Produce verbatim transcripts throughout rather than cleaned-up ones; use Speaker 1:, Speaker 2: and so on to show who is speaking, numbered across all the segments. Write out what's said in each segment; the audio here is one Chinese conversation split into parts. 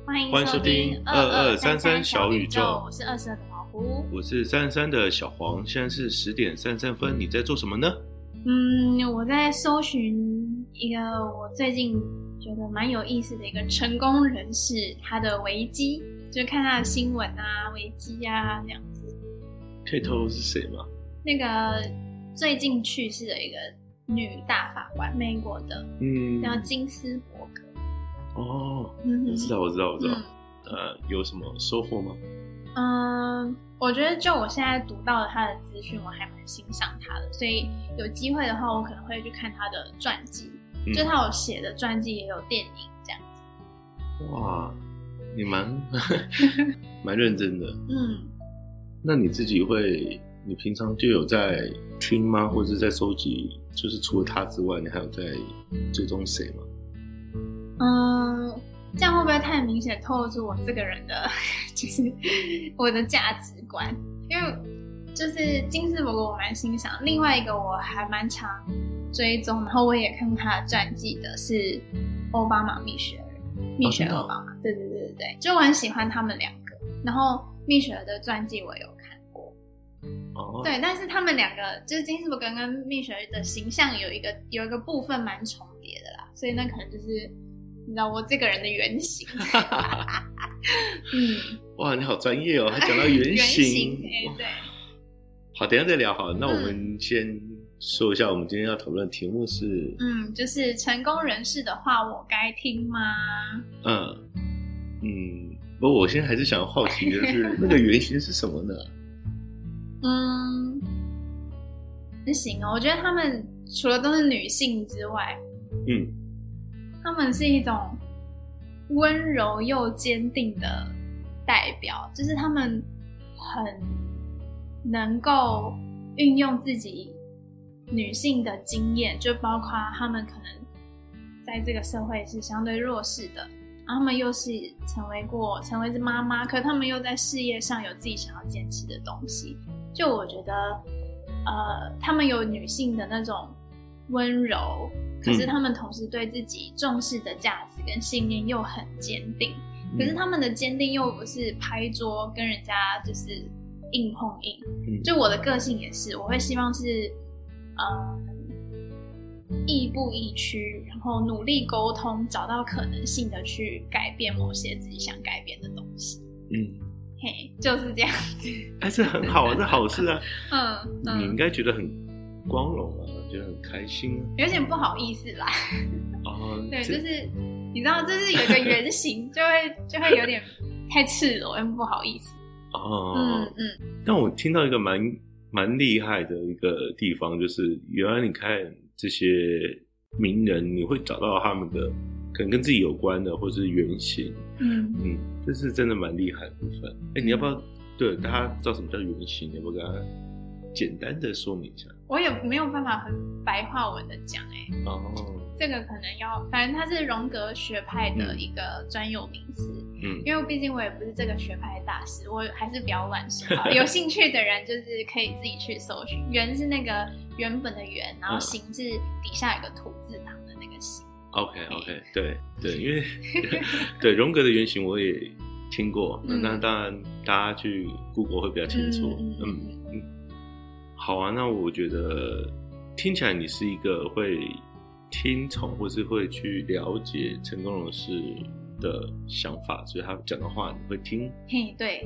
Speaker 1: 欢迎收听二二三三小宇宙，我是二十二的老胡，
Speaker 2: 我是三十三的小黄。现在是十点三十三分，你在做什么呢？
Speaker 1: 嗯，我在搜寻一个我最近觉得蛮有意思的一个成功人士，他的维基，就看他的新闻啊、维基啊这样子。
Speaker 2: 可以透露是谁吗？
Speaker 1: 那个最近去世的一个女大法官，美国的，嗯，叫金斯伯格。
Speaker 2: 哦，嗯、我知道，我知道，我知道。嗯、呃，有什么收获吗？
Speaker 1: 嗯，我觉得就我现在读到的他的资讯，我还蛮欣赏他的，所以有机会的话，我可能会去看他的传记，嗯、就他有写的传记，也有电影这样子。
Speaker 2: 哇，你蛮蛮认真的。
Speaker 1: 嗯，
Speaker 2: 那你自己会，你平常就有在听吗？或者在收集？就是除了他之外，你还有在追踪谁吗？
Speaker 1: 嗯，这样会不会太明显透露出我这个人的就是我的价值观？因为就是金斯伯格我蛮欣赏，另外一个我还蛮常追踪，然后我也看过他的传记的是奥巴马蜜雪儿，蜜雪儿奥巴马，对对对对对，就我很喜欢他们两个，然后蜜雪儿的传记我有看过，哦，对，但是他们两个就是金斯伯格跟蜜雪儿的形象有一个有一个部分蛮重叠的啦，所以那可能就是你知道我这个人的原型。
Speaker 2: 嗯，哇，你好专业哦，还讲到原型。原
Speaker 1: 型，欸、对。
Speaker 2: 好，等一下再聊好了。那我们先说一下，我们今天要讨论的题目是，
Speaker 1: 嗯，就是成功人士的话，我该听吗？
Speaker 2: 嗯嗯，不过我现在还是想好奇的是，那个原型是什么呢？
Speaker 1: 嗯，原型哦，我觉得他们除了都是女性之外，嗯。他们是一种温柔又坚定的代表，就是他们很能够运用自己女性的经验，就包括他们可能在这个社会是相对弱势的，然后他们又是成为过成为是妈妈，可他们又在事业上有自己想要坚持的东西，就我觉得呃，他们有女性的那种温柔，可是他们同时对自己重视的价值跟信念又很坚定，嗯、可是他们的坚定又不是拍桌跟人家就是硬碰硬，嗯、就我的个性也是，我会希望是呃亦步亦趋，然后努力沟通，找到可能性的去改变某些自己想改变的东西。嗯，嘿，就是这样子。
Speaker 2: 哎，这很好啊，这好事啊。
Speaker 1: 嗯，嗯
Speaker 2: 你应该觉得很光荣啊。觉得很开心、啊，
Speaker 1: 有点不好意思啦。
Speaker 2: 哦，
Speaker 1: 对，就是你知道，就是有一个原型，就会就会有点太赤裸，又不好意思。
Speaker 2: 哦，嗯嗯。但我听到一个蛮蛮厉害的一个地方，就是原来你看这些名人，你会找到他们的可能跟自己有关的，或是原型。嗯嗯，这是真的蛮厉害的部分。哎、欸，你要不要对大家知道什么叫原型？你要不要跟他简单的说明一下？
Speaker 1: 我也没有办法很白话文的讲哎、欸，哦，这个可能要，反正它是荣格学派的一个专有名词，嗯，因为毕竟我也不是这个学派的大师，我还是不要乱说。有兴趣的人就是可以自己去搜寻，原是那个原本的原，然后形是底下有个土字旁的那个形。
Speaker 2: OK OK， 对对，因为对荣格的原型我也听过，那、嗯、当然大家去 Google 会比较清楚，嗯。嗯嗯好啊，那我觉得听起来你是一个会听从或是会去了解成功人士的想法，所以他讲的话你会听。
Speaker 1: 嘿，对，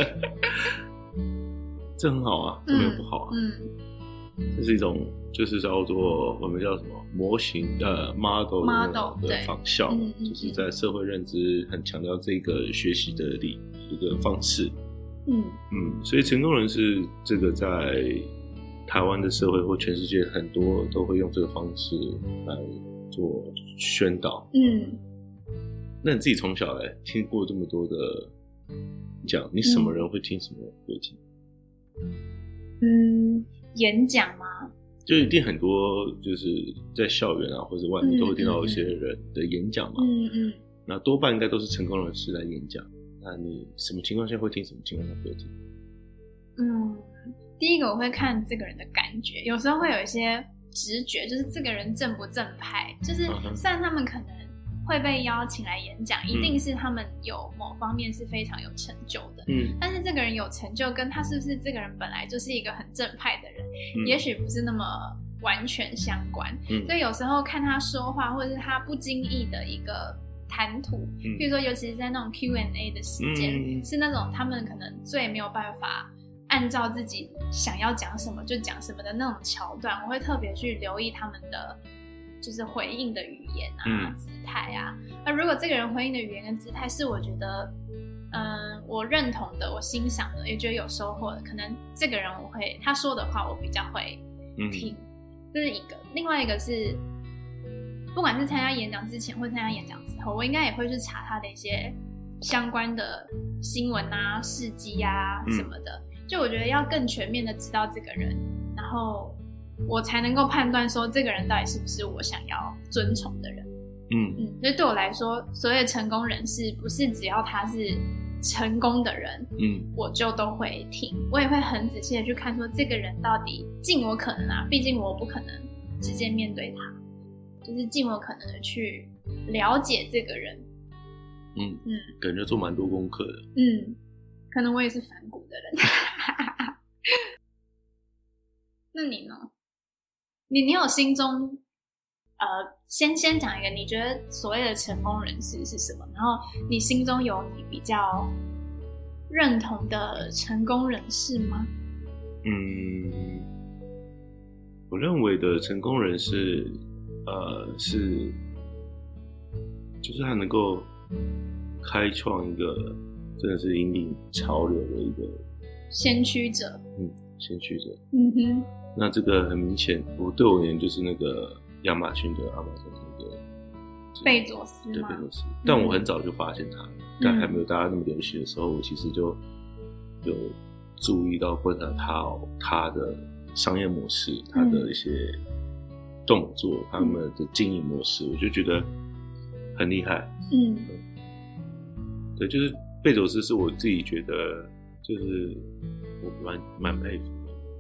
Speaker 2: 这很好啊，这没有不好啊。嗯，嗯这是一种就是叫做我们叫什么模型呃 model 的, 的仿效，嗯嗯、就是在社会认知很强调这个学习的理这个方式。嗯嗯，所以成功人士这个在台湾的社会或全世界很多都会用这个方式来做宣导。嗯，那你自己从小来听过这么多的讲，你什么人会听，什么人会听？
Speaker 1: 嗯，演讲吗？
Speaker 2: 就一定很多，就是在校园啊或者外面都会听到一些人的演讲嘛。嗯嗯。那多半应该都是成功人士来演讲。那你什么情况下会听，什么情况下不会听？
Speaker 1: 嗯。第一个我会看这个人的感觉，有时候会有一些直觉，就是这个人正不正派，就是虽然他们可能会被邀请来演讲，一定是他们有某方面是非常有成就的。嗯，但是这个人有成就，跟他是不是这个人本来就是一个很正派的人，嗯、也许不是那么完全相关。嗯，所以有时候看他说话，或者是他不经意的一个谈吐，嗯、比如说尤其是在那种 Q and A 的时间，嗯、是那种他们可能最没有办法按照自己想要讲什么就讲什么的那种桥段，我会特别去留意他们的就是回应的语言啊、嗯、姿态啊。那如果这个人回应的语言跟姿态是我觉得嗯我认同的，我欣赏的，也觉得有收获的，可能这个人我会他说的话我比较会听、嗯、这是一个。另外一个是不管是参加演讲之前或参加演讲之后，我应该也会去查他的一些相关的新闻啊、事迹啊什么的、嗯，就我觉得要更全面的知道这个人，然后我才能够判断说这个人到底是不是我想要尊崇的人。嗯嗯，所以对我来说，所谓的成功人士不是只要他是成功的人，嗯，我就都会听，我也会很仔细的去看说这个人到底尽我可能啊，毕竟我不可能直接面对他，就是尽我可能的去了解这个人。
Speaker 2: 嗯嗯，感觉做蛮多功课的。
Speaker 1: 嗯，可能我也是反骨的人。那你呢？你你有心中呃，先先讲一个你觉得所谓的成功人士是什么？然后你心中有你比较认同的成功人士吗？
Speaker 2: 嗯，我认为的成功人士，呃，是就是他能够开创一个真的是引领潮流的一个
Speaker 1: 先驱者。
Speaker 2: 嗯，先驱者。
Speaker 1: 嗯哼。
Speaker 2: 那这个很明显，我对我而言就是那个亚马逊的亚马逊那个
Speaker 1: 贝佐斯吗？
Speaker 2: 对，贝佐斯。但我很早就发现他，但、嗯、还没有大家那么流行的时候，我其实就有注意到观察他他的商业模式，他的一些动作，嗯、他们的经营模式，我就觉得很厉害。嗯，对，就是贝佐斯是我自己觉得就是我蛮蛮佩服的。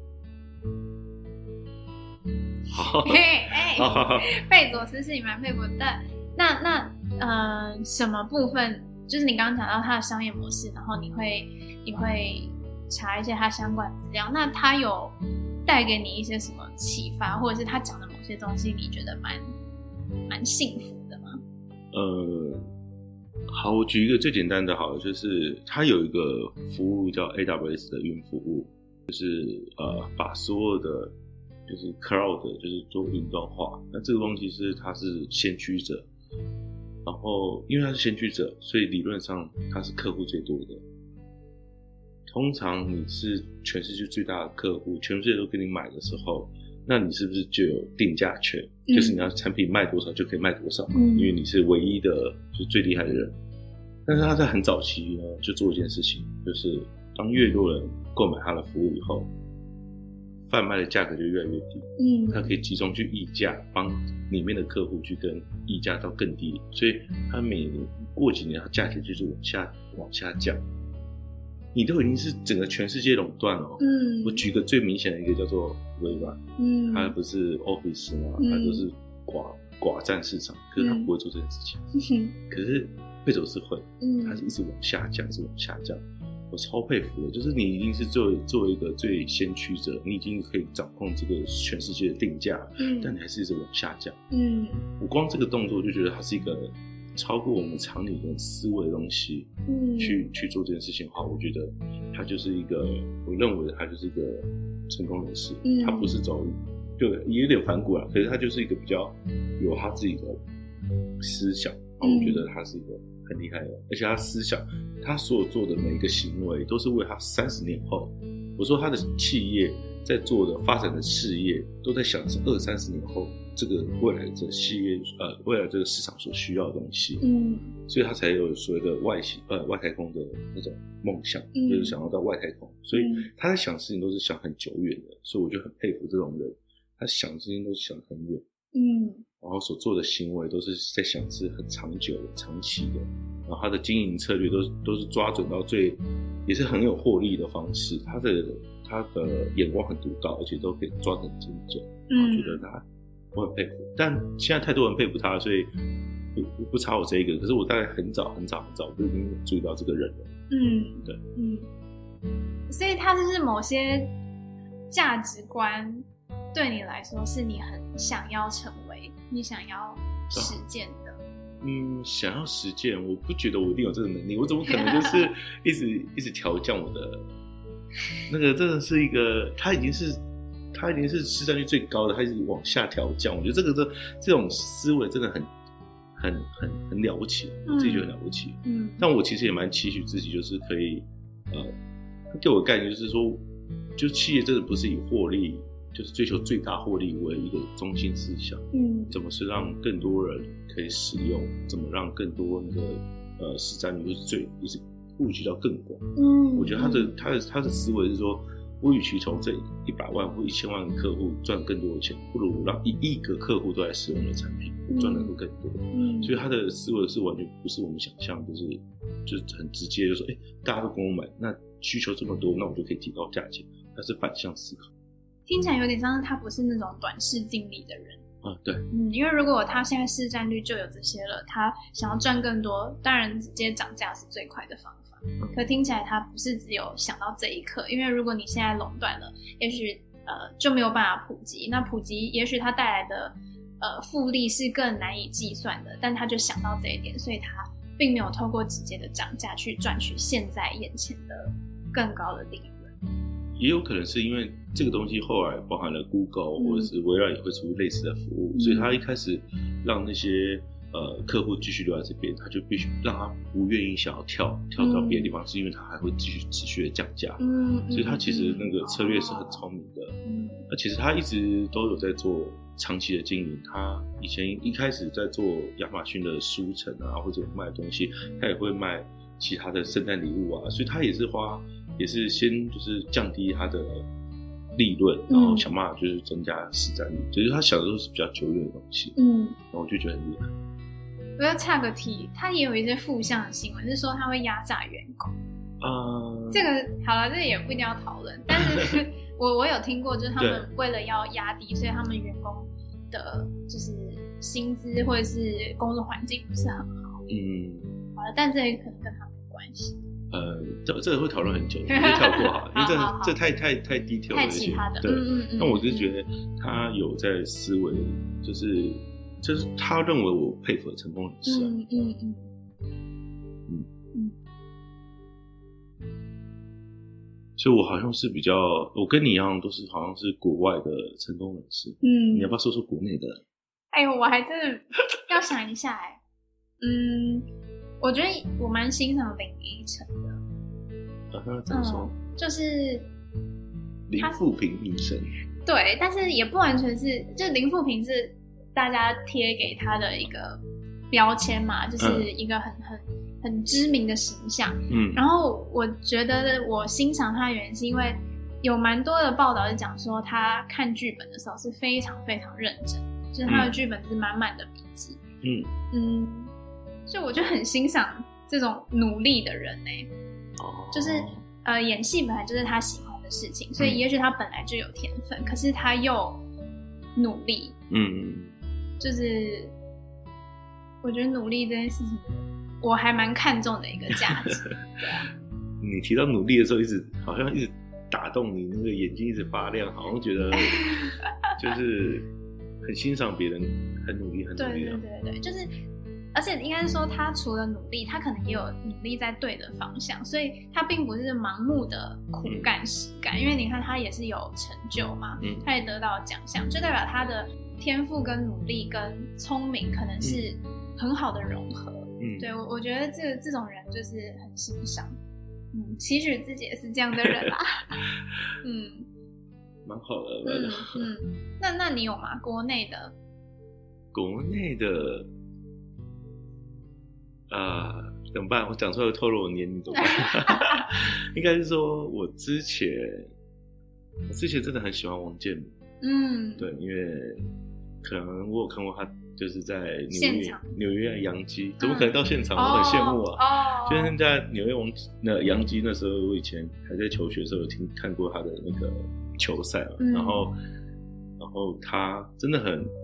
Speaker 2: 好，
Speaker 1: 哎、欸，贝佐斯是你蛮佩服的，但那那呃，什么部分？就是你刚刚讲到他的商业模式，然后你会你会查一些他相关的资料，那他有带给你一些什么启发，或者是他讲的某些东西，你觉得蛮蛮幸福的吗？
Speaker 2: 呃，好，我举一个最简单的，好了，就是他有一个服务叫 A W S 的云服务，就是呃，把所有的就是 cloud 就是做云端化，那这个东西是它是先驱者，然后因为它是先驱者，所以理论上它是客户最多的。通常你是全世界最大的客户，全世界都跟你买的时候，那你是不是就有定价权？嗯、就是你要产品卖多少就可以卖多少嘛，嗯、因为你是唯一的，就是最厉害的人。但是他在很早期呢，就做一件事情，就是当越多人购买他的服务以后，贩卖的价格就越来越低，嗯，他可以集中去议价，帮里面的客户去跟议价到更低，所以他每年过几年，他价钱就是往下往下降。你都已经是整个全世界垄断了，嗯，我举个最明显的一个叫做微软，嗯，它不是 Office 吗？它就是寡寡占市场，可是它不会做这件事情，嗯、可是贝佐斯会，嗯，它是一直往下降，一直往下降。我超佩服的，就是你已经是作为作为一个最先驱者，你已经可以掌控这个全世界的定价，嗯，但你还是一直往下降，嗯，我光这个动作就觉得它是一个超过我们常理跟思维的东西，嗯，去去做这件事情的话，我觉得它就是一个，我认为它就是一个成功人士，嗯，他不是走就也有点反骨啦，可是他就是一个比较有他自己的思想，然后我觉得他是一个很厉害的，而且他思想，他所有做的每一个行为都是为他三十年后，我说他的企业在做的发展的事业，都在想是二三十年后这个未来的企业呃未来这个市场所需要的东西，嗯，所以他才有所谓的外星呃外太空的那种梦想，嗯，就是想要到外太空，所以他在想事情都是想很久远的，所以我就很佩服这种人，他想事情都是想很远，嗯，然后所做的行为都是在想是很长久的、长期的，然后他的经营策略都是都是抓准到最，也是很有获利的方式。他的他的眼光很独到，而且都可以抓得很精准。嗯，我觉得他我很佩服，但现在太多人佩服他，所以不不差我这一个，可是我大概很早很早很早就已经注意到这个人了。嗯，对，
Speaker 1: 嗯，所以他就是某些价值观对你来说是你很想要成为、你想要实践的。啊、
Speaker 2: 嗯，想要实践，我不觉得我一定有这个能力，我怎么可能就是一直一直调降我的那个？真的是一个，他已经是。他已经是市占率最高的，他一直往下调降。我觉得这个这这种思维真的很很很很了不起，我自己觉得很了不起。嗯，但我其实也蛮期许自己，就是可以，呃，给我的概念就是说，就企业真的不是以获利，就是追求最大获利为一个中心思想。嗯，怎么是让更多人可以使用？怎么让更多那个呃市占率就是最一直布局到更广？嗯，我觉得他的他的他的思维是说。我与其从这一百万或一千万个客户赚更多的钱，不如让一亿个客户都来使用的产品，赚的会更多。嗯，所以他的思维是完全不是我们想象，就是就是很直接，就说，哎、欸，大家都跟我买，那需求这么多，那我就可以提高价钱。他是反向思考，
Speaker 1: 听起来有点像是他不是那种短视近利的人。
Speaker 2: 啊，对，
Speaker 1: 嗯，因为如果他现在市占率就有这些了，他想要赚更多，当然直接涨价是最快的方法。嗯、可听起来他不是只有想到这一刻，因为如果你现在垄断了，也许呃就没有办法普及，那普及也许它带来的呃复利是更难以计算的，但他就想到这一点，所以他并没有透过直接的涨价去赚取现在眼前的更高的利润。
Speaker 2: 也有可能是因为这个东西后来包含了 Google、嗯、或者是微软也会出类似的服务、嗯、所以他一开始让那些呃客户继续留在这边，他就必须让他不愿意想要跳跳到别的地方、嗯、是因为他还会继续持续的降价、嗯、所以他其实那个策略是很聪明的。嗯，那其实他一直都有在做长期的经营，他以前一开始在做亚马逊的书城啊，或者卖东西，他也会卖其他的圣诞礼物啊，所以他也是花也是先就是降低他的利润，然后想办法就是增加市占率，就是他想的都是比较久远的东西。嗯，然后我就觉得很厉害。
Speaker 1: 我要岔个题，他也有一些负向的新闻，是说他会压榨员工。啊、呃，这个好了，这个也不一定要讨论，但是我我有听过，就是他们为了要压低，所以他们员工的就是薪资或者是工作环境不是很好。嗯，好了，但这也可能跟他们有关系。
Speaker 2: 呃，这这个会讨论很久，你就跳过好了，因为这好好这太太太 detail 了，
Speaker 1: 太其他的。对，嗯嗯嗯。
Speaker 2: 但我只是觉得他有在思维，就是就是他认为我佩服的成功人士、啊。嗯嗯嗯嗯嗯。所以我好像是比较，我跟你一样，都是好像是国外的成功人士。嗯，你要不要说说国内的？
Speaker 1: 哎呦，我还真的要想一下哎、欸。嗯。我觉得我蛮欣赏林依晨的。
Speaker 2: 啊，怎么说？
Speaker 1: 嗯、就是
Speaker 2: 林富平女神。
Speaker 1: 对，但是也不完全是，就林富平是大家贴给他的一个标签嘛，就是一个很、嗯、很很知名的形象。嗯。然后我觉得我欣赏他的原因是因为有蛮多的报道是讲说他看剧本的时候是非常非常认真，就是他的剧本是满满的笔记。嗯嗯。所以我就很欣赏这种努力的人欸，哦，就是呃，演戏本来就是他喜欢的事情，所以也许他本来就有天分，嗯、可是他又努力，嗯，就是我觉得努力这件事情，我还蛮看重的一个价值。对啊，
Speaker 2: 你提到努力的时候，一直好像一直打动你，那个眼睛一直发亮，好像觉得就是很欣赏别人很努力，很努力的。
Speaker 1: 对对对对，就是。而且应该是说，他除了努力，他可能也有努力在对的方向，所以他并不是盲目的苦干实干。嗯、因为你看，他也是有成就嘛，嗯、他也得到奖项，就代表他的天赋跟努力跟聪明可能是很好的融合。嗯，对我我觉得这这种人就是很欣赏，嗯，期许自己也是这样的人啦。嗯，
Speaker 2: 蛮好的，蛮好的。
Speaker 1: 嗯嗯，那那你有吗？国内的？
Speaker 2: 国内的。啊、呃，怎么办？我讲出来透露我年龄怎么办？应该是说，我之前，我之前真的很喜欢王建民。嗯，对，因为可能我有看过他，就是在纽约纽约洋基，怎么可能到现场？嗯、我很羡慕啊！哦，就是在纽约王那洋基那时候，我以前还在求学的时候有听看过他的那个球赛嘛，嗯、然后，然后他真的很。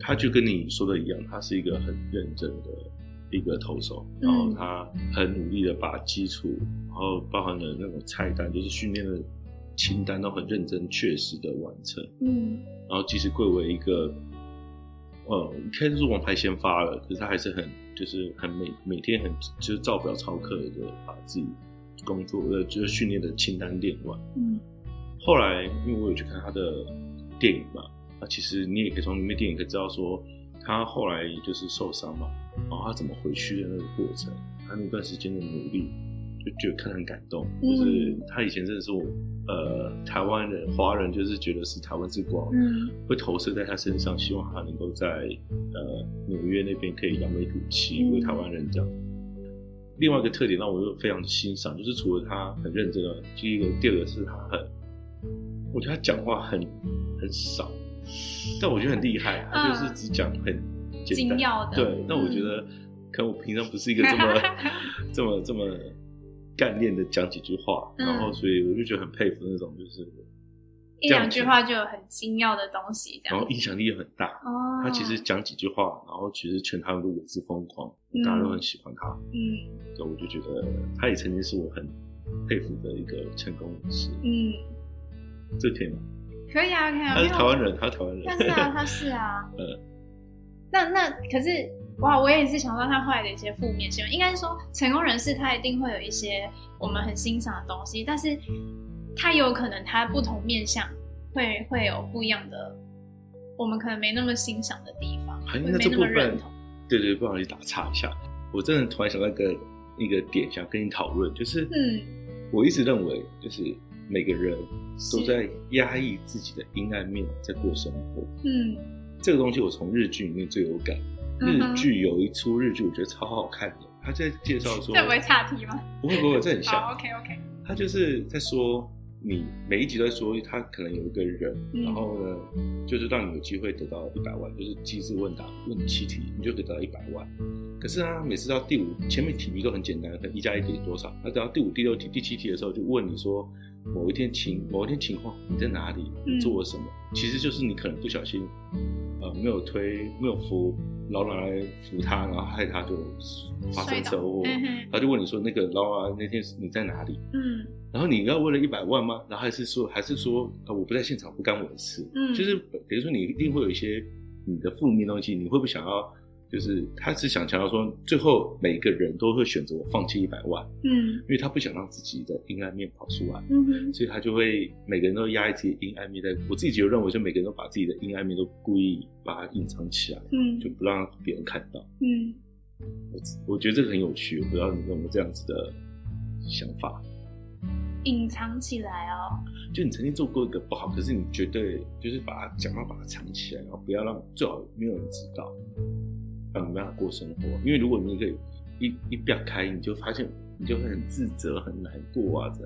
Speaker 2: 他就跟你说的一样，他是一个很认真的一个投手，然后他很努力的把基础，然后包含了那种菜单，就是训练的清单都很认真确实的完成。嗯，然后即使贵为一个，呃，一开始是王牌先发了，可是他还是很就是很每每天很就是照表操课的把自己工作的就是训练的清单练完。嗯，后来因为我有去看他的电影嘛，那其实你也可以从里面电影可以知道说，他后来就是受伤嘛，然后他怎么回去的那个过程，他那段时间的努力，就觉得看得很感动。嗯、就是他以前真的是我呃台湾人、华人，就是觉得是台湾之光，嗯，会投射在他身上，希望他能够在呃纽约那边可以扬眉吐气，为台湾人这样。另外一个特点让我又非常欣赏，就是除了他很认真的，第一个，第二个是他很，我觉得他讲话很很少，但我觉得很厉害，他就是只讲很简单的，对。但我觉得，可能我平常不是一个这么这么这么干练的讲几句话，嗯、然后所以我就觉得很佩服那种就是
Speaker 1: 一两句话就有很精要的东西，这样，
Speaker 2: 然后影响力也很大。哦，他其实讲几句话，然后其实全台湾都为之疯狂，嗯、大家都很喜欢他。嗯，所以我就觉得他也曾经是我很佩服的一个成功人士。嗯，这可以吗？
Speaker 1: 可以啊，可以啊。
Speaker 2: 他是台湾人，他是台湾人。
Speaker 1: 他是啊，他是啊。呃，那那可是哇，我也是想到他后来的一些负面新闻。应该是说，成功人士他一定会有一些我们很欣赏的东西，但是他有可能他不同面向会会有不一样的，我们可能没那么欣赏的地方，
Speaker 2: 还没那么认同。对对，不好意思打岔一下，我真的突然想到一个一个点，想跟你讨论，就是嗯，我一直认为就是每个人都在压抑自己的阴暗面在过生活。嗯，这个东西我从日剧里面最有感。日剧有一出日剧，我觉得超好看的，他在介绍说，
Speaker 1: 这不会岔题吗？
Speaker 2: 不会不会，这很像。
Speaker 1: 好 ，OK OK。
Speaker 2: 他就是在说，你每一集都在说，他可能有一个人，嗯、然后呢，就是让你有机会得到一百万，就是机智问答问你七题，你就可以得到一百万。可是他每次到第五，前面题目都很简单，可能一加一等于多少？他等到第五、第六题、第七题的时候，就问你说，某一天情某一天情况你在哪里？你做了什么？嗯、其实就是你可能不小心，呃，没有推，没有扶劳拉来扶他，然后害他就发生车祸。他就问你说，那个劳拉那天你在哪里？嗯，然后你要为了一百万吗？然后还是说，还是说，呃，我不在现场，不干我的事。嗯，就是等于说你一定会有一些你的负面东西，你会不会想要？就是他是想强调说，最后每个人都会选择我放弃一百万，嗯，因为他不想让自己的阴暗面跑出来，嗯哼，所以他就会每个人都压抑自己的阴暗面在。我自己就认为，就每个人都把自己的阴暗面都故意把它隐藏起来，嗯，就不让别人看到，嗯，我我觉得这个很有趣，我不知道你有没有这样子的想法。
Speaker 1: 隐藏起来哦，
Speaker 2: 就你曾经做过一个不好，可是你绝对就是把它讲到把它藏起来，然后不要让最好没有人知道。让你没办法过生活，因为如果你可以一一表开，你就发现你就会很自责、很难过啊，这样。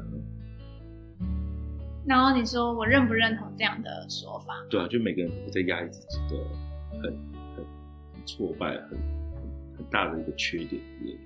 Speaker 1: 然后你说我认不认同这样的说法？
Speaker 2: 对啊，就每个人都在压抑自己的很很很挫败、很很大的一个缺点。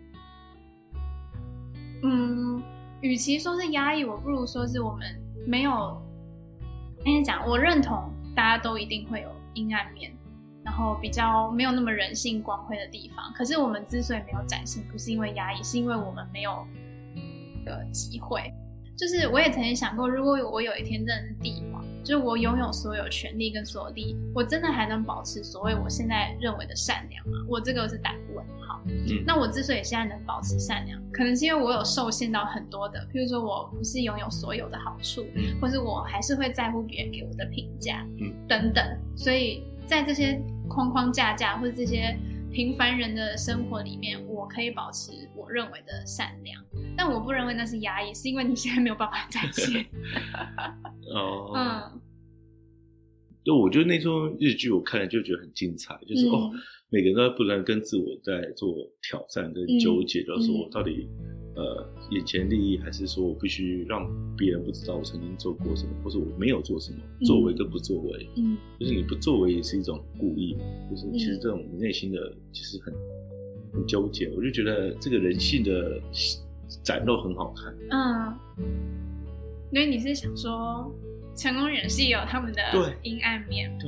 Speaker 1: 嗯，与其说是压抑，我不如说是我们没有。跟你讲，我认同大家都一定会有阴暗面。然后比较没有那么人性光辉的地方，可是我们之所以没有展现，不是因为压抑，是因为我们没有的机会。就是我也曾经想过，如果我有一天真的是帝王，就是我拥有所有权利跟所有利益，我真的还能保持所谓我现在认为的善良吗？我这个是打问号。嗯，那我之所以现在能保持善良，可能是因为我有受限到很多的，譬如说我不是拥有所有的好处，或是我还是会在乎别人给我的评价，嗯，等等，所以在这些框框架架或者这些平凡人的生活里面，我可以保持我认为的善良，但我不认为那是压抑，是因为你现在没有办法展现。
Speaker 2: 哦，嗯，就我觉得那出日剧我看了就觉得很精彩，就是、嗯、哦，每个人都在不断跟自我在做挑战跟纠结，嗯、就是我到底。呃，眼前利益，还是说我必须让别人不知道我曾经做过什么，或者我没有做什么，作为跟不作为，嗯，就是你不作为也是一种故意嘛，就是其实这种内心的其实很很纠结，我就觉得这个人性的展露很好看，
Speaker 1: 嗯，因为你是想说成功人士有他们的阴暗面，
Speaker 2: 对，对，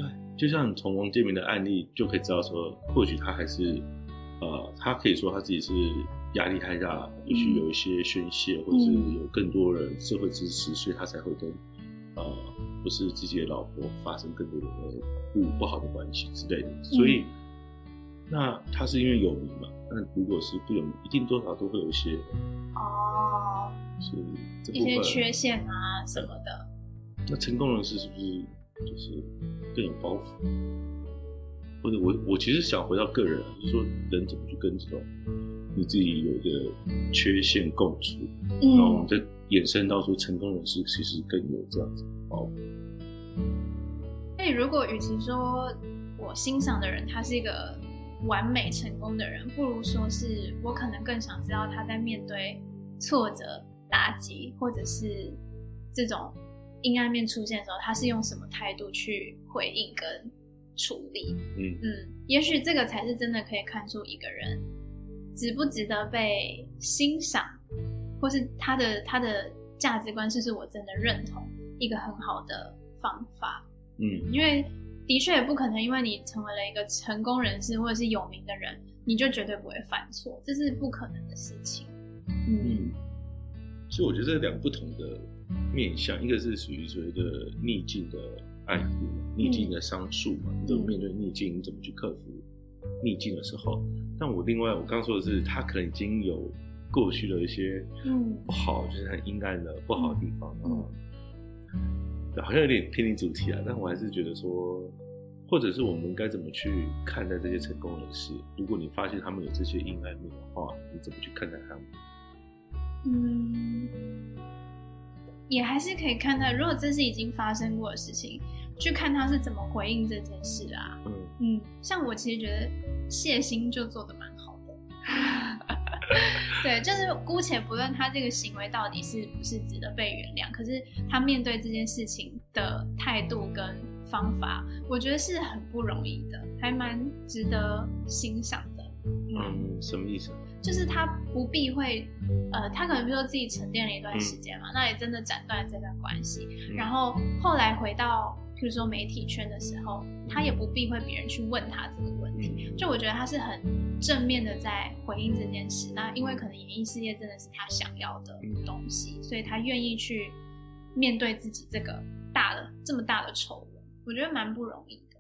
Speaker 2: 就像从王建民的案例就可以知道说，或许他还是呃，他可以说他自己是压力太大，也许有一些宣泄，或者是有更多人社会支持，所以他才会跟呃不是自己的老婆发生更多的不不好的关系之类的。所以，那他是因为有名嘛？那如果是不有名，一定多少都会有一些
Speaker 1: 哦，
Speaker 2: 是这
Speaker 1: 一些缺陷啊什么的。
Speaker 2: 那成功人士是不是就是更有包袱？或者我我其实想回到个人，就是说人怎么去跟这种你自己有一个缺陷共处，嗯、然后我们再衍生到说成功人士其实更有这样子的包袱。
Speaker 1: 所以如果与其说我欣赏的人他是一个完美成功的人，不如说是我可能更想知道他在面对挫折、打击或者是这种阴暗面出现的时候，他是用什么态度去回应跟处理。嗯嗯，也许这个才是真的可以看出一个人值不值得被欣赏，或是他的他的价值观是不是我真的认同，一个很好的方法。嗯，因为的确也不可能因为你成为了一个成功人士或者是有名的人，你就绝对不会犯错，这是不可能的事情。嗯，嗯，
Speaker 2: 所以我觉得这两个不同的面向，一个是属于所谓的逆境的爱护，逆境的商数嘛，你怎么面对逆境，你怎么去克服逆境的时候。但我另外我刚刚说的是，他可能已经有过去的一些不好，就是很阴暗的不好的地方，嗯嗯、好像有点偏离主题啊，但我还是觉得说，或者是我们该怎么去看待这些成功人士？如果你发现他们有这些阴暗面的话，你怎么去看待他们？
Speaker 1: 嗯，也还是可以看待，如果这是已经发生过的事情，去看他是怎么回应这件事啊。嗯嗯，像我其实觉得谢欣就做得蛮好的。对，就是姑且不论他这个行为到底是不是值得被原谅，可是他面对这件事情的态度跟方法，我觉得是很不容易的，还蛮值得欣赏的。
Speaker 2: 嗯，嗯，什么意思？
Speaker 1: 就是他不避讳，呃，他可能比如说自己沉淀了一段时间嘛，嗯、那也真的斩断这段关系，嗯、然后后来回到比如说媒体圈的时候，他也不避讳别人去问他这个问题，嗯、就我觉得他是很正面的在回应这件事。那因为可能演艺事业真的是他想要的东西，嗯、所以他愿意去面对自己这个大的这么大的丑闻，我觉得蛮不容易的。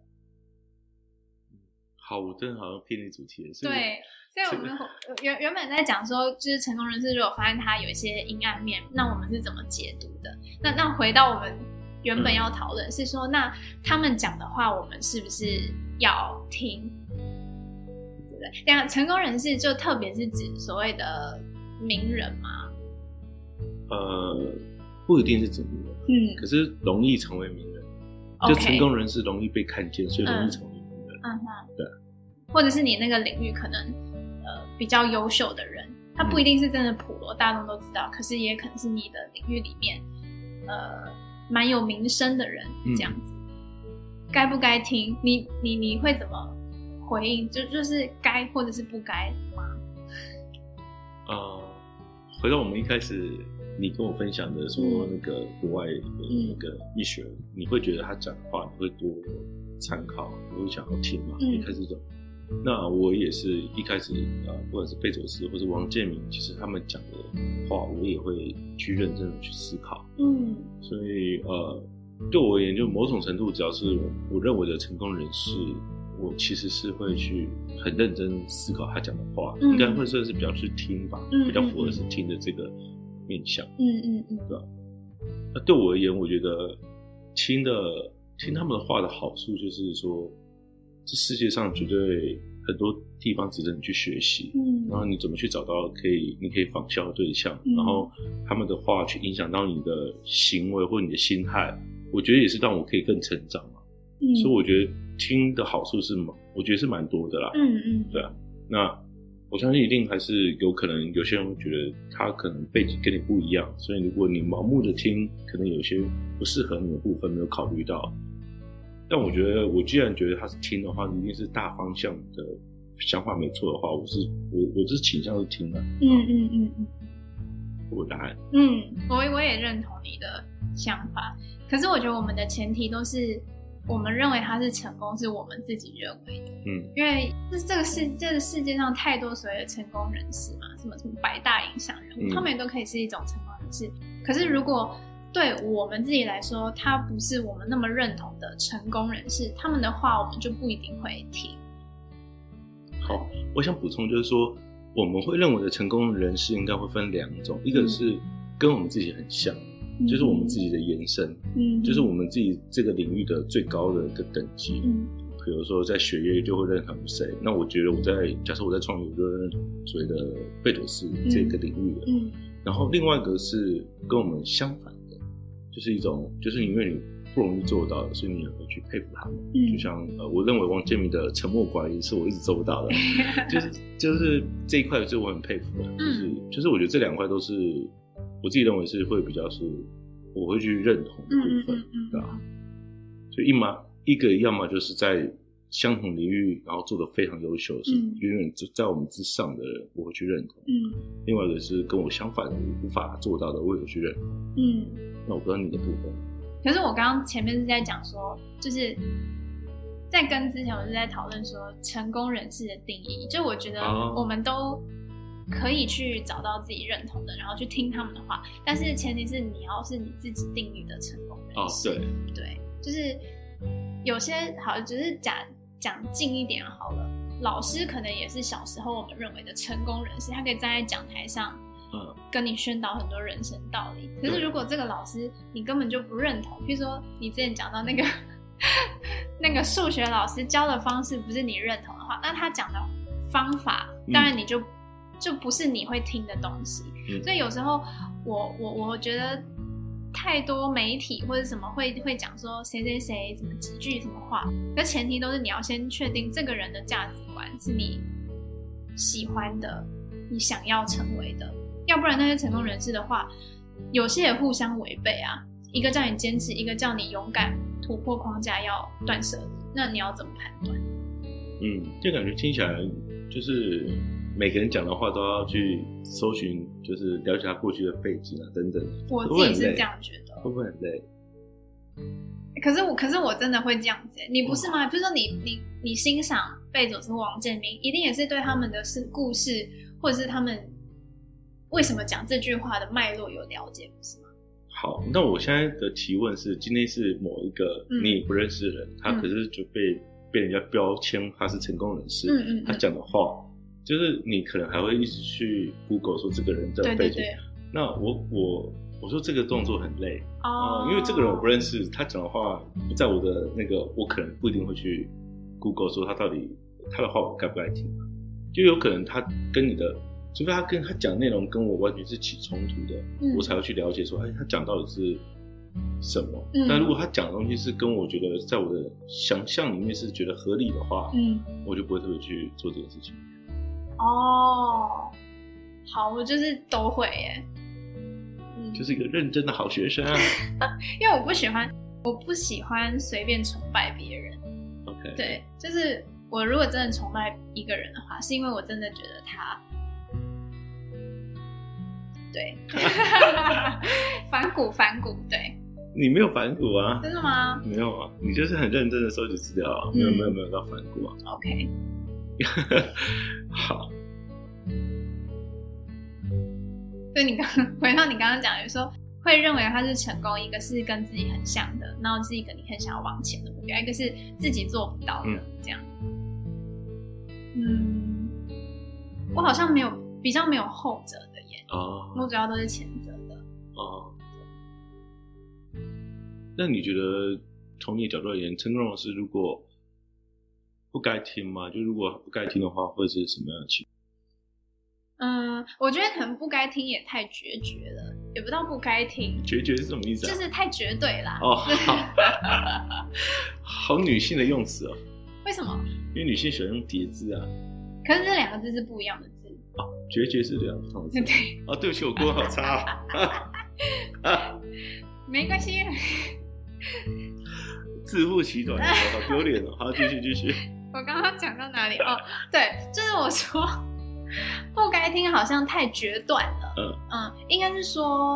Speaker 2: 好，我真的好像偏离主题了。
Speaker 1: 对，所以我们原原本在讲说，就是成功人士如果发现他有一些阴暗面，那我们是怎么解读的？那那回到我们原本要讨论、嗯、是说，那他们讲的话，我们是不是要听？对不对？这样成功人士就特别是指所谓的名人吗？
Speaker 2: 呃，不一定是指名人，嗯，可是容易成为名人， okay, 就成功人士容易被看见，所以容易成为名人。嗯哼，对。
Speaker 1: 或者是你那个领域可能呃比较优秀的人，他不一定是真的普罗大众都知道，嗯、可是也可能是你的领域里面呃蛮有名声的人，这样子，嗯、该不该听？你你你会怎么回应？就就是该或者是不该吗？
Speaker 2: 呃，回到我们一开始你跟我分享的说、嗯、那个国外的那个医学，嗯、你会觉得他讲的话你会多参考，你会想要听吗？嗯、一开始就。那我也是一开始呃，不管是贝佐斯或是王建民，其实他们讲的话，我也会去认真的去思考。嗯，所以呃，对我而言，就某种程度，只要是我认为的成功人士，我其实是会去很认真思考他讲的话，嗯、应该会算是比较去听吧，嗯、比较符合是听的这个面向。嗯嗯嗯，对吧？那对我而言，我觉得听的听他们的话的好处就是说。这世界上绝对很多地方值得你去学习，嗯，然后你怎么去找到可以你可以仿效的对象，嗯、然后他们的话去影响到你的行为或你的心态，我觉得也是让我可以更成长嘛。嗯，所以我觉得听的好处是，我觉得是蛮多的啦。嗯嗯，对啊。那我相信一定还是有可能有些人会觉得他可能背景跟你不一样，所以如果你盲目的听，可能有些不适合你的部分没有考虑到。但我觉得，我既然觉得他是听的话，一定是大方向的想法没错的话，我是我我是倾向是听的。嗯嗯嗯嗯，我答案。
Speaker 1: 嗯，我我也认同你的想法。可是我觉得我们的前提都是我们认为它是成功，是我们自己认为的。嗯，因为这个世这个世界上太多所谓的成功人士嘛，什么什么百大影响人物，嗯、他们也都可以是一种成功人士。可是如果对我们自己来说，他不是我们那么认同的成功人士，他们的话我们就不一定会听。
Speaker 2: 好，我想补充就是说，我们会认为的成功人士应该会分两种，一个是跟我们自己很像。嗯，就是我们自己的延伸，嗯，就是我们自己这个领域的最高的一个等级，嗯，比如说在学业就会认同谁，那我觉得我在假设我在创业，我就认同所谓的贝佐斯这个领域的，嗯，然后另外一个是跟我们相反的，就是一种就是因为你不容易做到的，所以你也会去佩服他们，嗯，就像呃，我认为王建民的沉默寡言是我一直做不到的，就是就是这一块是我很佩服的，就是就是我觉得这两块都是。我自己认为是会比较是我会去认同的部分，对吧？所以一嘛一个要么就是在相同领域，然后做得非常优秀，是远远在我们之上的人，我会去认同。嗯，另外一个是跟我相反的，我无法做到的，我也会去认同。嗯，那我不知道你的部分。
Speaker 1: 可是我刚刚前面是在讲说，就是在跟之前我是在讨论说成功人士的定义，就我觉得我们都。可以去找到自己认同的，然后去听他们的话，但是前提是你要是你自己定义的成功人士。
Speaker 2: 哦，对，
Speaker 1: 对，就是有些好，只是讲讲近一点好了。老师可能也是小时候我们认为的成功人士，他可以站在讲台上，嗯，跟你宣导很多人生道理。可是如果这个老师你根本就不认同，譬如说你之前讲到那个那个数学老师教的方式不是你认同的话，那他讲的方法，当然你就。嗯就不是你会听的东西，嗯、所以有时候我我我觉得太多媒体或者什么会会讲说谁谁谁什么几句什么话，可前提都是你要先确定这个人的价值观是你喜欢的，你想要成为的，要不然那些成功人士的话，有些也互相违背啊。一个叫你坚持，一个叫你勇敢突破框架，要断舍离，那你要怎么判断？
Speaker 2: 嗯，这感觉听起来就是。每个人讲的话都要去搜寻，就是了解他过去的背景啊，等等。
Speaker 1: 我自己是这样觉得。
Speaker 2: 会不会很累？
Speaker 1: 可是我，可是我真的会这样子、欸。你不是吗？比如说你，你，你欣赏贝佐斯、王建民，一定也是对他们的是故事，或者是他们为什么讲这句话的脉络有了解，不是吗？
Speaker 2: 好，那我现在的提问是：今天是某一个你不认识的人，嗯、他可是就被、嗯、被人家标签他是成功人士，嗯嗯嗯他讲的话。就是你可能还会一直去 Google 说这个人的背景，对对对那我我我说这个动作很累哦、呃，因为这个人我不认识，他讲的话不在我的那个，我可能不一定会去 Google 说他到底他的话我该不该听，就有可能他跟你的，除非他跟他讲内容跟我完全是起冲突的，嗯、我才会去了解说，哎，他讲到底是什么？嗯、但如果他讲的东西是跟我觉得在我的想象里面是觉得合理的话，嗯，我就不会特别去做这件事情。
Speaker 1: 哦，好，我就是都会耶，
Speaker 2: 嗯，就是一个认真的好学生啊。
Speaker 1: 因为我不喜欢，我不喜欢随便崇拜别人。
Speaker 2: OK，
Speaker 1: 对，就是我如果真的崇拜一个人的话，是因为我真的觉得他，对，反骨反骨，对。
Speaker 2: 你没有反骨啊？
Speaker 1: 真的吗？
Speaker 2: 没有啊，你就是很认真的收集资料啊，没有、嗯、没有没有到反骨啊。
Speaker 1: OK。
Speaker 2: 好，
Speaker 1: 所以你刚回到你刚刚讲的，说会认为他是成功，一个是跟自己很像的，然后是一个你很想要往前的目标，一个是自己做不到的，嗯、这样。嗯，我好像没有比较没有后者的耶，哦，我主要都是前者的。哦，
Speaker 2: 那你觉得从你的角度而言，成功的是如果不该听吗？就如果不该听的话，会是什么样的情况？
Speaker 1: 嗯，我觉得可能不该听也太决绝了，也不到不该听。
Speaker 2: 决绝是什么意思啊？
Speaker 1: 就是太绝对啦。
Speaker 2: 哦，好，好女性的用词哦。
Speaker 1: 为什么？
Speaker 2: 因为女性喜欢用叠字啊。
Speaker 1: 可是这两个字是不一样的字。
Speaker 2: 哦，决绝是两个不同的字。
Speaker 1: 对。
Speaker 2: 哦，对不起，我国文好差
Speaker 1: 啊。没关系。
Speaker 2: 自负其短，好丢脸哦。好，继续继续。
Speaker 1: 我刚刚讲到哪里？哦，对，就是我说不该听，好像太决断了。嗯嗯，应该是说，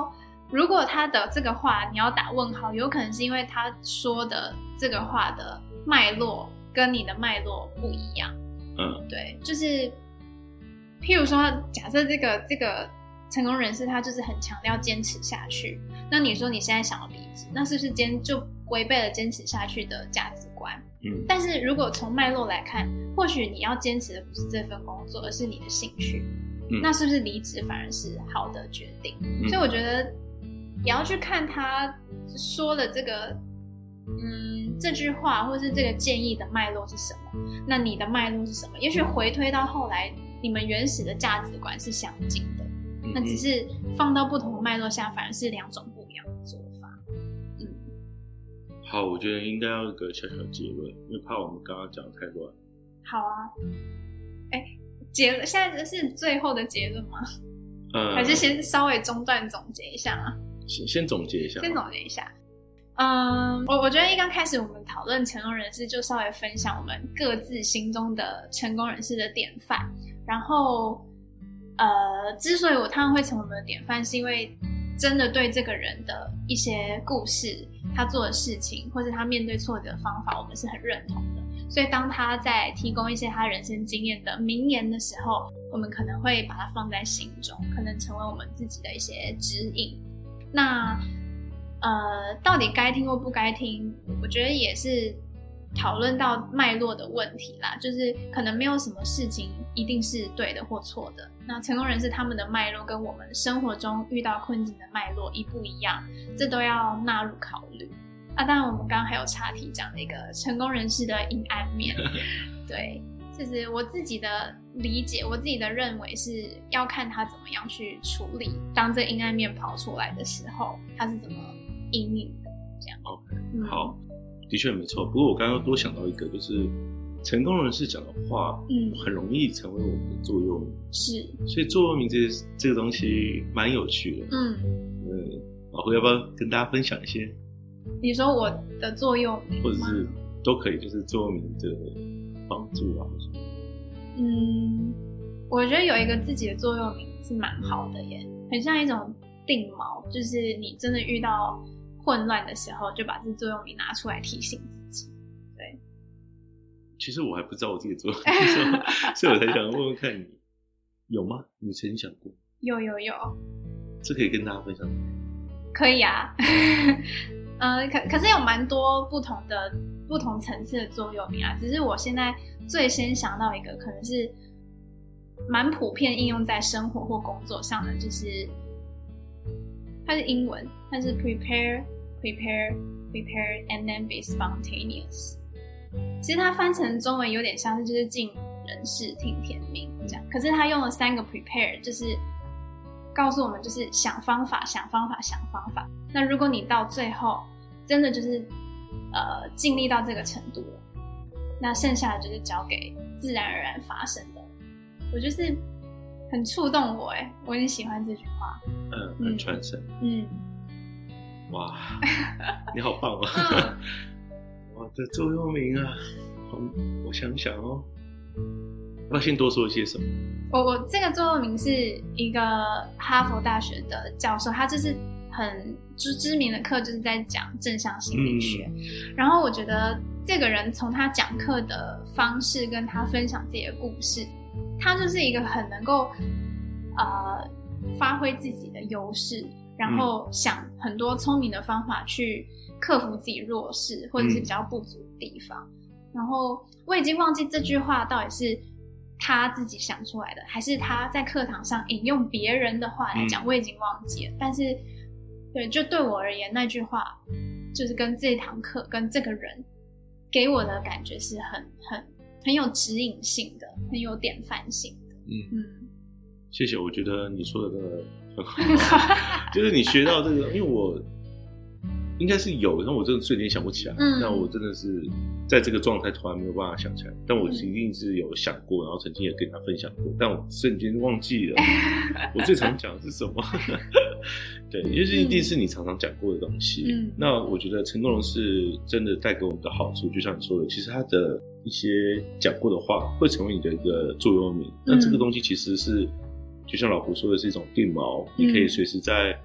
Speaker 1: 如果他的这个话你要打问号，有可能是因为他说的这个话的脉络跟你的脉络不一样。嗯，对，就是譬如说假设这个这个成功人士他就是很强调坚持下去，那你说你现在想要离职，那是不是坚就违背了坚持下去的价值观？嗯，但是如果从脉络来看，或许你要坚持的不是这份工作，而是你的兴趣，嗯，那是不是离职反而是好的决定？嗯，所以我觉得也要去看他说的这个嗯这句话或是这个建议的脉络是什么，那你的脉络是什么？也许回推到后来你们原始的价值观是相近的，嗯，那只是放到不同的脉络下反而是两种不一样的做法。嗯，
Speaker 2: 好，我觉得应该要有一个小小结论，因为怕我们刚刚讲太乱。
Speaker 1: 好啊，哎，结论现在是最后的结论吗？呃，还是先稍微中断总结一下啊？
Speaker 2: 先先总结一下，
Speaker 1: 先总结一下。嗯，我我觉得一刚开始我们讨论成功人士，就稍微分享我们各自心中的成功人士的典范。然后，呃，之所以我他们会成为我们的典范，是因为真的对这个人的一些故事、他做的事情，或是他面对挫折的方法，我们是很认同的。所以当他在提供一些他人生经验的名言的时候，我们可能会把它放在心中，可能成为我们自己的一些指引。那呃，到底该听或不该听，我觉得也是讨论到脉络的问题啦，就是可能没有什么事情一定是对的或错的。那成功人士他们的脉络跟我们生活中遇到困境的脉络一不一样，这都要纳入考虑。啊，当然我们刚刚还有岔题讲了一个成功人士的阴暗面，对，就是我自己的理解，我自己的认为是要看他怎么样去处理，当这阴暗面跑出来的时候，他是怎么因应的，这样。
Speaker 2: OK，嗯，好，的确没错。不过我刚刚多想到一个，就是成功人士讲的话，嗯，很容易成为我们的座右铭。是，所以座右铭这这个东西蛮有趣的。嗯嗯，老胡要不要跟大家分享一些？
Speaker 1: 你说我的座右铭，
Speaker 2: 或者是都可以，就是座右铭的帮助啊。
Speaker 1: 嗯，我觉得有一个自己的座右铭是蛮好的耶，很像一种定锚，就是你真的遇到混乱的时候，就把这座右铭拿出来提醒自己。对，
Speaker 2: 其实我还不知道我自己的座右铭，所以我才想问问看你有吗？你曾经想过？
Speaker 1: 有有有，
Speaker 2: 这可以跟大家分享。
Speaker 1: 可以啊。呃，可可是有蛮多不同的不同层次的座右铭啊，只是我现在最先想到一个，可能是蛮普遍应用在生活或工作上的，就是它是英文，它是 prepare prepare prepare and then be spontaneous。其实它翻成中文有点像是就是尽人事听天命这样，可是它用了三个 prepare， 就是告诉我们就是想方法想方法想方法。那如果你到最后真的就是呃尽力到这个程度了，那剩下的就是交给自然而然发生的。我就是很触动我耶，我很喜欢这句话。
Speaker 2: 嗯，很传神。嗯，哇，你好棒啊！嗯、哇，这座右铭啊，我想想哦，要先多说些什么？
Speaker 1: 我我这个座右铭是一个哈佛大学的教授，他就是很知名的课，就是在讲正向心理学。嗯、然后我觉得这个人从他讲课的方式跟他分享自己的故事，他就是一个很能够呃发挥自己的优势，然后想很多聪明的方法去克服自己弱势或者是比较不足的地方。嗯、然后我已经忘记这句话到底是他自己想出来的，还是他在课堂上引用别人的话来讲，我已经忘记了。但是对，就对我而言，那句话就是跟这堂课跟这个人给我的感觉是很很很有指引性的，很有典范性的。嗯嗯，
Speaker 2: 谢谢，我觉得你说的真的很好。就是你学到这个，因为我应该是有，但我真的瞬间想不起来。嗯，那我真的是在这个状态突然没有办法想起来，但我一定是有想过，然后曾经也跟他分享过，但我瞬间忘记了我最常讲的是什么。对，因为这一定是你常常讲过的东西。嗯，那我觉得成功人士真的带给我们的好处，就像你说的，其实他的一些讲过的话会成为你的一个座右铭。嗯、那这个东西其实是就像老胡说的，是一种定锚，你可以随时在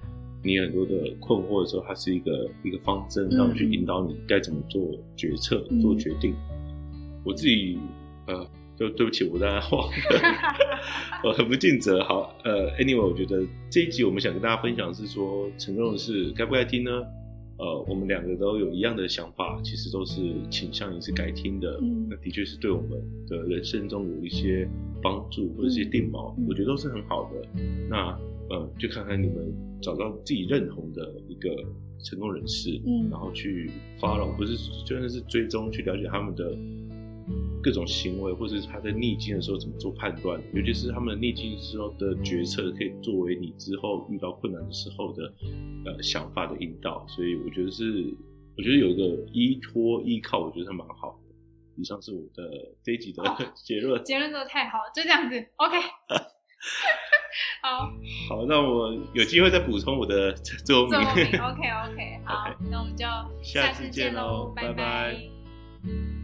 Speaker 2: 你很多的困惑的时候，它是一个一个方针，然后去引导你该怎么做决策、嗯、做决定。我自己呃，就对不起，我在忘了，我很不尽责。好，呃 ，anyway， 我觉得这一集我们想跟大家分享的是说，成功人士该不该听呢？呃，我们两个都有一样的想法，其实都是倾向于是该听的。嗯，那的确是对我们的人生中有一些帮助或者一些定锚，嗯、我觉得都是很好的。那呃，就看看你们找到自己认同的一个成功人士，嗯，然后去 follow， 不是就算是追踪，去了解他们的各种行为，或者是他在逆境的时候怎么做判断，尤其是他们逆境之后的决策，可以作为你之后遇到困难的时候的呃想法的引导。所以我觉得是，我觉得有一个依托依靠，我觉得是蛮好的。以上是我的这一集的结论，
Speaker 1: 哦、结论做得太好，就这样子 ，OK 。好，
Speaker 2: 好，那我有机会再补充我的座右铭。
Speaker 1: 座右铭 ，OK OK， 好， okay. 那我们就下次见喽，拜拜。